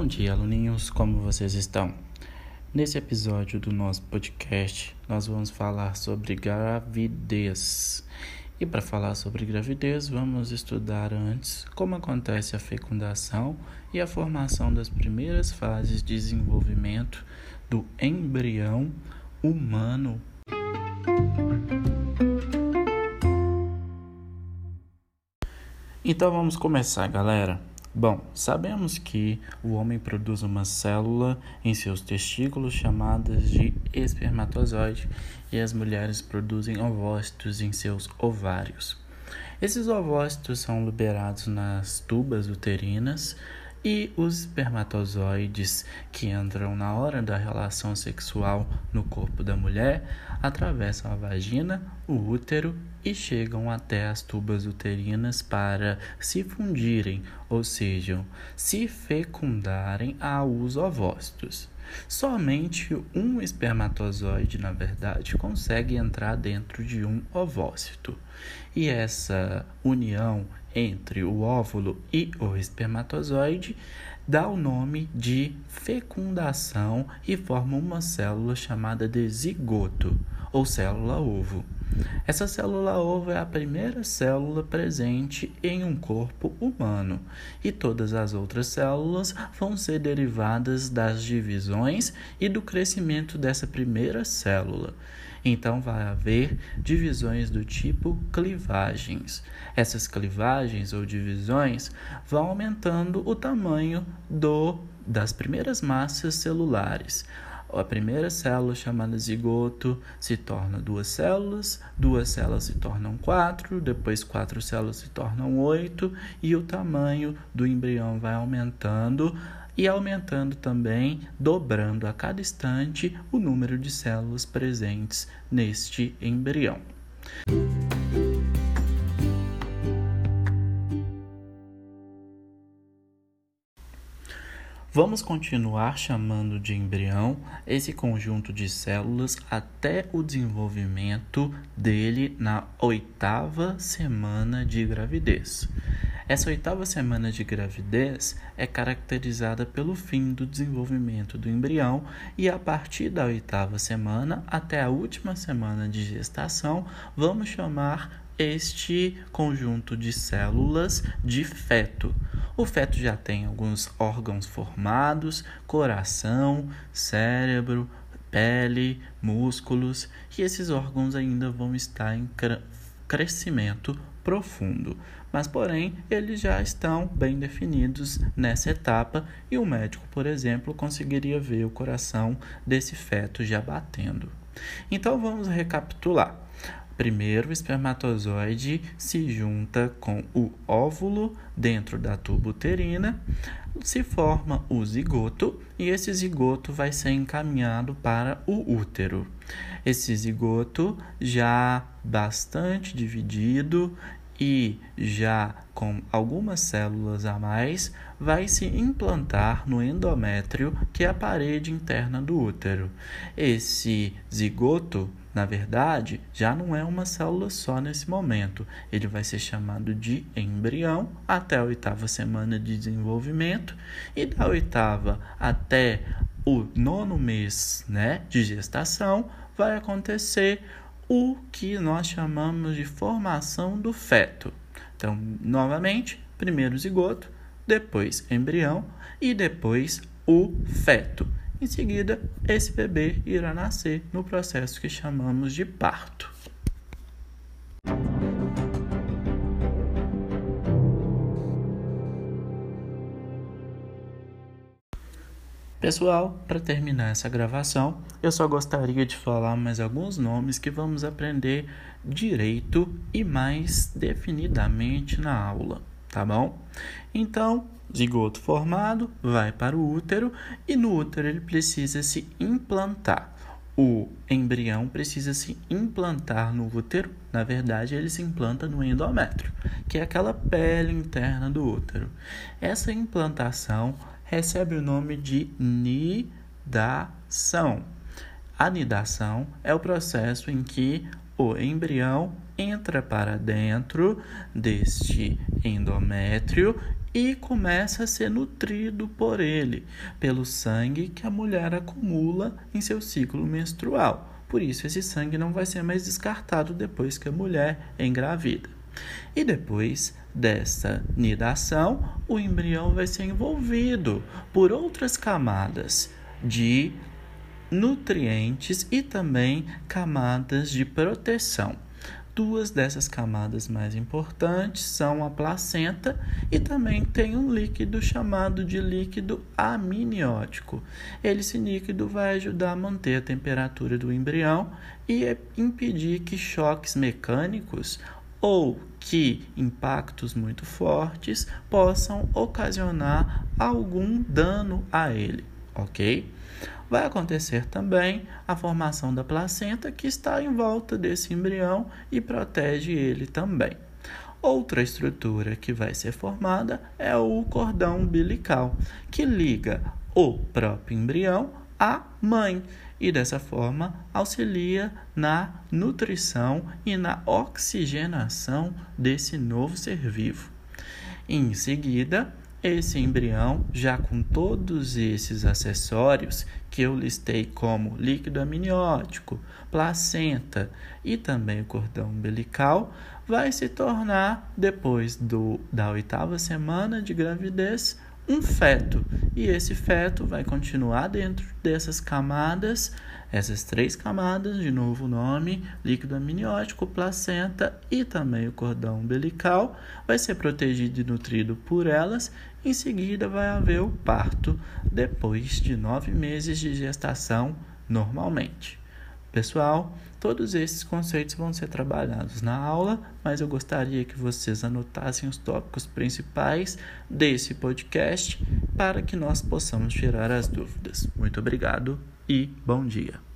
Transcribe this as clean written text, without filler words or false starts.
Bom dia, aluninhos, como vocês estão? Nesse episódio do nosso podcast, nós vamos falar sobre gravidez. E para falar sobre gravidez, vamos estudar antes como acontece a fecundação e a formação das primeiras fases de desenvolvimento do embrião humano. Então vamos começar, galera. Bom, sabemos que o homem produz uma célula em seus testículos chamadas de espermatozoide e as mulheres produzem ovócitos em seus ovários. Esses ovócitos são liberados nas tubas uterinas e os espermatozoides que entram na hora da relação sexual no corpo da mulher atravessam a vagina, o útero e chegam até as tubas uterinas para se fundirem, ou seja, se fecundarem aos ovócitos. Somente um espermatozoide, na verdade, consegue entrar dentro de um ovócito. E essa união entre o óvulo e o espermatozoide dá o nome de fecundação e forma uma célula chamada de zigoto, ou célula-ovo. Essa célula-ovo é a primeira célula presente em um corpo humano e todas as outras células vão ser derivadas das divisões e do crescimento dessa primeira célula. Então, vai haver divisões do tipo clivagens. Essas clivagens ou divisões vão aumentando o tamanho das primeiras massas celulares. A primeira célula, chamada zigoto, se torna duas células se tornam 4, depois 4 células se tornam 8 e o tamanho do embrião vai aumentando e aumentando também, dobrando a cada instante o número de células presentes neste embrião. Vamos continuar chamando de embrião esse conjunto de células até o desenvolvimento dele na 8ª semana de gravidez. Essa 8ª semana de gravidez é caracterizada pelo fim do desenvolvimento do embrião e a partir da 8ª semana até a última semana de gestação, vamos chamar este conjunto de células de feto. O feto já tem alguns órgãos formados, coração, cérebro, pele, músculos, e esses órgãos ainda vão estar em crescimento profundo. Mas, porém, eles já estão bem definidos nessa etapa e o médico, por exemplo, conseguiria ver o coração desse feto já batendo. Então, vamos recapitular. Primeiro, o espermatozoide se junta com o óvulo dentro da tuba uterina, se forma o zigoto e esse zigoto vai ser encaminhado para o útero. Esse zigoto já bastante dividido e já com algumas células a mais, vai se implantar no endométrio, que é a parede interna do útero. Esse zigoto, na verdade, já não é uma célula só nesse momento. Ele vai ser chamado de embrião até a 8ª semana de desenvolvimento e da 8ª até o 9º mês, de gestação, vai acontecer o que nós chamamos de formação do feto. Então, novamente, primeiro zigoto, depois embrião e depois o feto. Em seguida, esse bebê irá nascer no processo que chamamos de parto. Pessoal, para terminar essa gravação, eu só gostaria de falar mais alguns nomes que vamos aprender direito e mais definidamente na aula, tá bom? Então, zigoto formado vai para o útero e no útero ele precisa se implantar. O embrião precisa se implantar no útero, na verdade ele se implanta no endométrio, que é aquela pele interna do útero. Essa implantação recebe o nome de nidação. A nidação é o processo em que o embrião entra para dentro deste endométrio e começa a ser nutrido por ele, pelo sangue que a mulher acumula em seu ciclo menstrual. Por isso, esse sangue não vai ser mais descartado depois que a mulher engravida. E depois dessa nidação, o embrião vai ser envolvido por outras camadas de nutrientes e também camadas de proteção. Duas dessas camadas mais importantes são a placenta e também tem um líquido chamado de líquido amniótico. Esse líquido vai ajudar a manter a temperatura do embrião e impedir que choques mecânicos ou que impactos muito fortes possam ocasionar algum dano a ele, ok? Vai acontecer também a formação da placenta, que está em volta desse embrião e protege ele também. Outra estrutura que vai ser formada é o cordão umbilical, que liga o próprio embrião à mãe e dessa forma auxilia na nutrição e na oxigenação desse novo ser vivo. Em seguida, esse embrião, já com todos esses acessórios que eu listei como líquido amniótico, placenta e também o cordão umbilical, vai se tornar, depois da 8ª semana de gravidez, um feto. E esse feto vai continuar dentro dessas camadas, essas 3 camadas, de novo o nome, líquido amniótico, placenta e também o cordão umbilical, vai ser protegido e nutrido por elas. Em seguida vai haver o parto, depois de 9 meses de gestação normalmente. Pessoal, todos esses conceitos vão ser trabalhados na aula, mas eu gostaria que vocês anotassem os tópicos principais desse podcast para que nós possamos tirar as dúvidas. Muito obrigado e bom dia.